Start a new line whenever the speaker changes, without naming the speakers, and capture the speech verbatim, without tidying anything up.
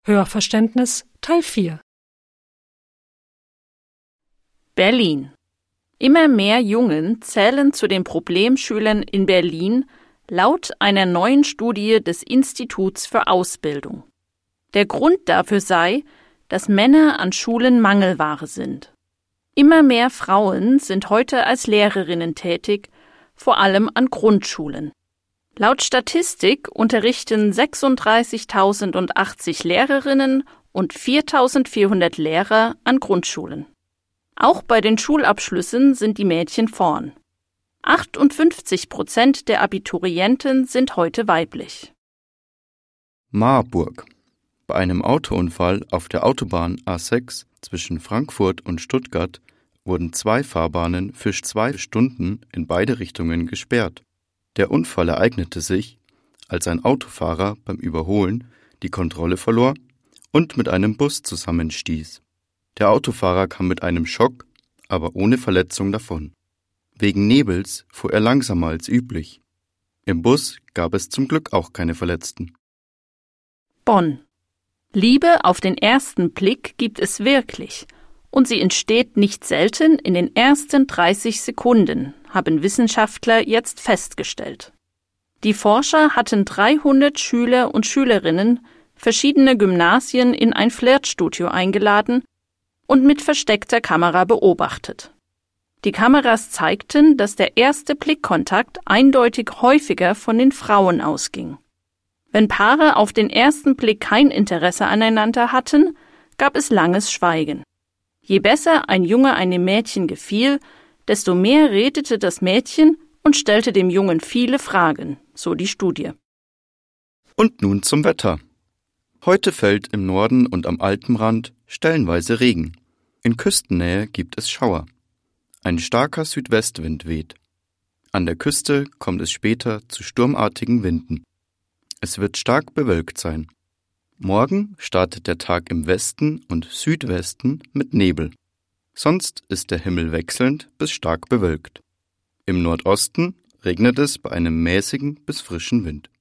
Hörverständnis Teil vier.
Berlin. Immer mehr Jungen zählen zu den Problemschülern in Berlin laut einer neuen Studie des Instituts für Ausbildung. Der Grund dafür sei, dass Männer an Schulen Mangelware sind. Immer mehr Frauen sind heute als Lehrerinnen tätig, vor allem an Grundschulen. Laut Statistik unterrichten sechsunddreißigtausendachtzig Lehrerinnen und viertausendvierhundert Lehrer an Grundschulen. Auch bei den Schulabschlüssen sind die Mädchen vorn. achtundfünfzig Prozent der Abiturienten sind heute weiblich.
Marburg. Bei einem Autounfall auf der Autobahn A sechs zwischen Frankfurt und Stuttgart wurden zwei Fahrbahnen für zwei Stunden in beide Richtungen gesperrt. Der Unfall ereignete sich, als ein Autofahrer beim Überholen die Kontrolle verlor und mit einem Bus zusammenstieß. Der Autofahrer kam mit einem Schock, aber ohne Verletzung davon. Wegen Nebels fuhr er langsamer als üblich. Im Bus gab es zum Glück auch keine Verletzten.
Bonn. Liebe auf den ersten Blick gibt es wirklich, und sie entsteht nicht selten in den ersten dreißig Sekunden, haben Wissenschaftler jetzt festgestellt. Die Forscher hatten dreihundert Schüler und Schülerinnen verschiedener Gymnasien in ein Flirtstudio eingeladen und mit versteckter Kamera beobachtet. Die Kameras zeigten, dass der erste Blickkontakt eindeutig häufiger von den Frauen ausging. Wenn Paare auf den ersten Blick kein Interesse aneinander hatten, gab es langes Schweigen. Je besser ein Junge einem Mädchen gefiel, desto mehr redete das Mädchen und stellte dem Jungen viele Fragen, so die Studie.
Und nun zum Wetter. Heute fällt im Norden und am Alpenrand stellenweise Regen. In Küstennähe gibt es Schauer. Ein starker Südwestwind weht. An der Küste kommt es später zu sturmartigen Winden. Es wird stark bewölkt sein. Morgen startet der Tag im Westen und Südwesten mit Nebel. Sonst ist der Himmel wechselnd bis stark bewölkt. Im Nordosten regnet es bei einem mäßigen bis frischen Wind.